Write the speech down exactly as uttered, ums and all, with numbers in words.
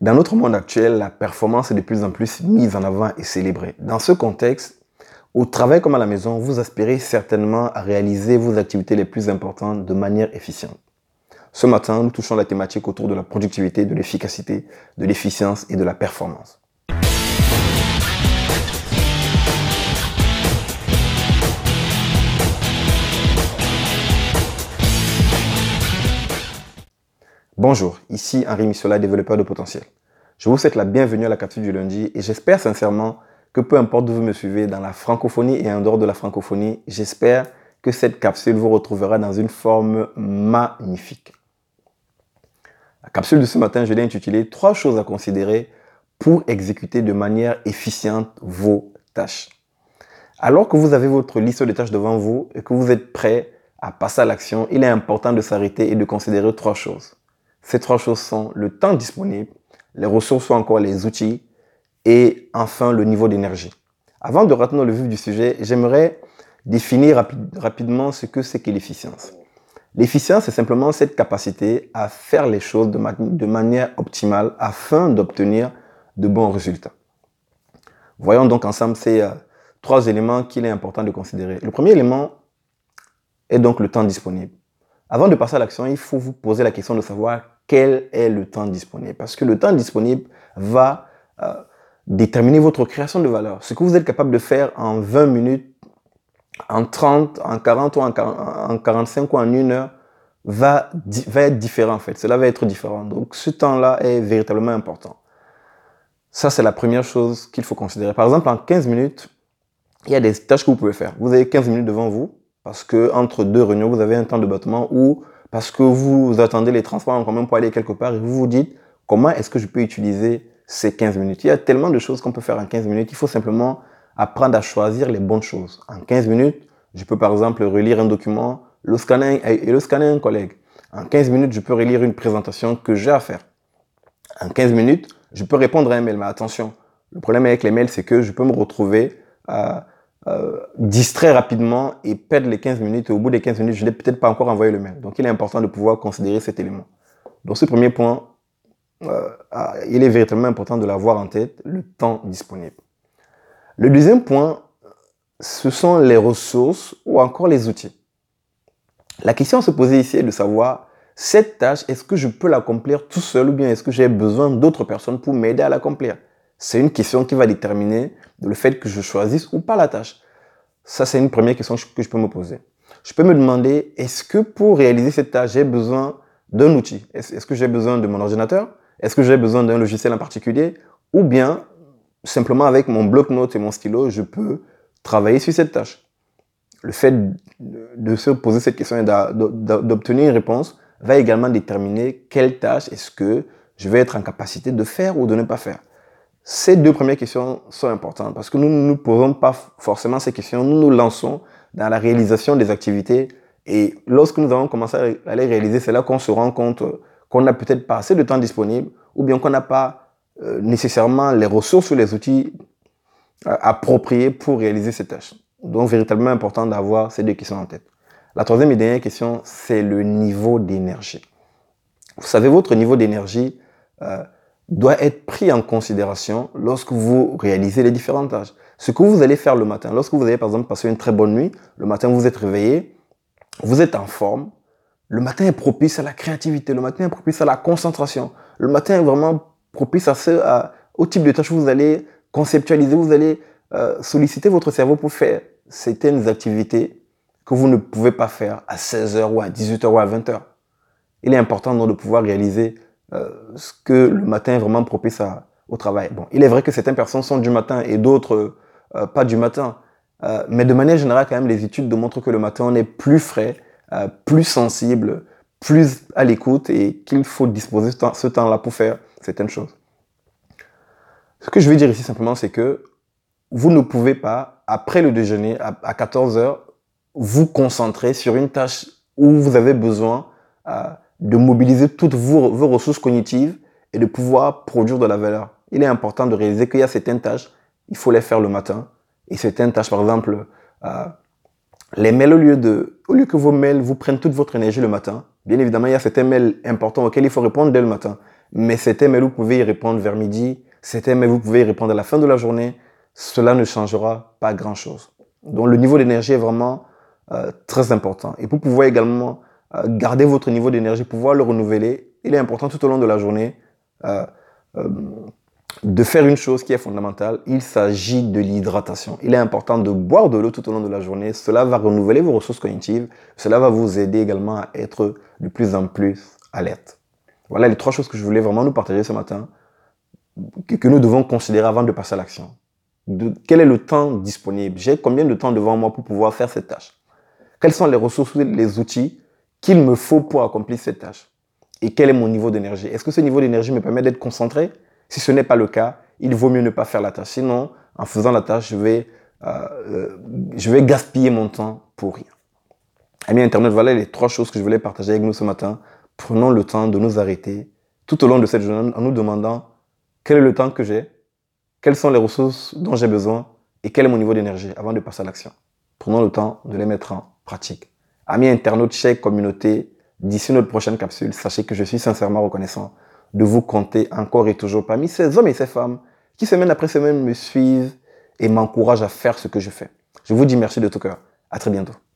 Dans notre monde actuel, la performance est de plus en plus mise en avant et célébrée. Dans ce contexte, au travail comme à la maison, vous aspirez certainement à réaliser vos activités les plus importantes de manière efficiente. Ce matin, nous touchons la thématique autour de la productivité, de l'efficacité, de l'efficience et de la performance. Bonjour, ici Henri Missola, développeur de potentiel. Je vous souhaite la bienvenue à la capsule du lundi et j'espère sincèrement que peu importe où vous me suivez, dans la francophonie et en dehors de la francophonie, j'espère que cette capsule vous retrouvera dans une forme magnifique. La capsule de ce matin, je l'ai intitulée « Trois choses à considérer pour exécuter de manière efficiente vos tâches ». Alors que vous avez votre liste de tâches devant vous et que vous êtes prêt à passer à l'action, il est important de s'arrêter et de considérer trois choses. Ces trois choses sont le temps disponible, les ressources ou encore les outils et enfin le niveau d'énergie. Avant de rentrer dans le vif du sujet, j'aimerais définir rapi- rapidement ce que c'est que l'efficience. L'efficience, c'est simplement cette capacité à faire les choses de, ma- de manière optimale afin d'obtenir de bons résultats. Voyons donc ensemble ces euh, trois éléments qu'il est important de considérer. Le premier élément est donc le temps disponible. Avant de passer à l'action, il faut vous poser la question de savoir quel est le temps disponible. Parce que le temps disponible va euh, déterminer votre création de valeur. Ce que vous êtes capable de faire en vingt minutes, en trente, en quarante ou en quarante-cinq ou en une heure va, va être différent en fait. Cela va être différent. Donc ce temps-là est véritablement important. Ça, c'est la première chose qu'il faut considérer. Par exemple, en quinze minutes, il y a des tâches que vous pouvez faire. Vous avez quinze minutes devant vous parce que entre deux réunions, vous avez un temps de battement ou parce que vous attendez les transports en commun pour aller quelque part et vous vous dites comment est-ce que je peux utiliser ces quinze minutes. Il y a tellement de choses qu'on peut faire en quinze minutes. Il faut simplement apprendre à choisir les bonnes choses. En quinze minutes, je peux par exemple relire un document, le scanner et le scanner un collègue. En quinze minutes, je peux relire une présentation que j'ai à faire. En quinze minutes, je peux répondre à un mail. Mais attention, le problème avec les mails, c'est que je peux me retrouver à Euh, distrait rapidement et perdre les quinze minutes et au bout des quinze minutes, je n'ai peut-être pas encore envoyé le mail. Donc, il est important de pouvoir considérer cet élément. Donc, ce premier point, euh, il est véritablement important de l'avoir en tête, le temps disponible. Le deuxième point, ce sont les ressources ou encore les outils. La question à se poser ici est de savoir, cette tâche, est-ce que je peux l'accomplir tout seul ou bien est-ce que j'ai besoin d'autres personnes pour m'aider à l'accomplir? C'est une question qui va déterminer le fait que je choisisse ou pas la tâche. Ça, c'est une première question que je peux me poser. Je peux me demander, est-ce que pour réaliser cette tâche, j'ai besoin d'un outil? Est-ce que j'ai besoin de mon ordinateur? Est-ce que j'ai besoin d'un logiciel en particulier? Ou bien, simplement avec mon bloc-notes et mon stylo, je peux travailler sur cette tâche. Le fait de se poser cette question et d'obtenir une réponse va également déterminer quelle tâche est-ce que je vais être en capacité de faire ou de ne pas faire. Ces deux premières questions sont importantes parce que nous ne nous posons pas forcément ces questions, nous nous lançons dans la réalisation des activités et lorsque nous avons commencé à les réaliser, c'est là qu'on se rend compte qu'on n'a peut-être pas assez de temps disponible ou bien qu'on n'a pas euh, nécessairement les ressources ou les outils euh, appropriés pour réaliser ces tâches. Donc, véritablement important d'avoir ces deux questions en tête. La troisième et dernière question, c'est le niveau d'énergie. Vous savez, votre niveau d'énergie euh, doit être pris en considération lorsque vous réalisez les différentes tâches. Ce que vous allez faire le matin, lorsque vous avez par exemple passé une très bonne nuit, le matin vous êtes réveillé, vous êtes en forme, le matin est propice à la créativité, le matin est propice à la concentration, le matin est vraiment propice à ce, à, au type de tâches que vous allez conceptualiser, vous allez euh, solliciter votre cerveau pour faire certaines activités que vous ne pouvez pas faire à seize heures ou à dix-huit heures ou à vingt heures. Il est important donc de pouvoir réaliser Euh, ce que le matin est vraiment propice à, au travail. Bon, il est vrai que certaines personnes sont du matin et d'autres euh, pas du matin. Euh, mais de manière générale, quand même, les études démontrent que le matin, on est plus frais, euh, plus sensible, plus à l'écoute et qu'il faut disposer ce, temps, ce temps-là pour faire certaines choses. Ce que je veux dire ici simplement, c'est que vous ne pouvez pas, après le déjeuner, à, à quatorze heures, vous concentrer sur une tâche où vous avez besoin euh, de mobiliser toutes vos, vos ressources cognitives et de pouvoir produire de la valeur. Il est important de réaliser qu'il y a certaines tâches, il faut les faire le matin. Et certaines tâches, par exemple, euh, les mails, au lieu, de, au lieu que vos mails vous prennent toute votre énergie le matin, bien évidemment, il y a certains mails importants auxquels il faut répondre dès le matin. mais certains mails, vous pouvez y répondre vers midi, certains mails, vous pouvez y répondre à la fin de la journée. Cela ne changera pas grand-chose. Donc, le niveau d'énergie est vraiment euh, très important. Et pour pouvoir également euh, garder votre niveau d'énergie, pouvoir le renouveler, il est important tout au long de la journée euh, euh, de faire une chose qui est fondamentale. Il s'agit de l'hydratation. Il est important de boire de l'eau tout au long de la journée. Cela va renouveler vos ressources cognitives. Cela va vous aider également à être de plus en plus alerte. Voilà les trois choses que je voulais vraiment nous partager ce matin, que, que nous devons considérer avant de passer à l'action. De, quel est le temps disponible? J'ai combien de temps devant moi pour pouvoir faire cette tâche? Quelles sont les ressources, les outils qu'il me faut pour accomplir cette tâche? Et quel est mon niveau d'énergie? Est-ce que ce niveau d'énergie me permet d'être concentré? Si ce n'est pas le cas, il vaut mieux ne pas faire la tâche. Sinon, en faisant la tâche, je vais, euh, euh, je vais gaspiller mon temps pour rien. Amis Internet, voilà les trois choses que je voulais partager avec nous ce matin. Prenons le temps de nous arrêter tout au long de cette journée en nous demandant quel est le temps que j'ai, quelles sont les ressources dont j'ai besoin et quel est mon niveau d'énergie avant de passer à l'action. Prenons le temps de les mettre en pratique. Amis internautes, chers communauté, d'ici notre prochaine capsule, sachez que je suis sincèrement reconnaissant de vous compter encore et toujours parmi ces hommes et ces femmes qui semaine après semaine me suivent et m'encouragent à faire ce que je fais. Je vous dis merci de tout cœur. À très bientôt.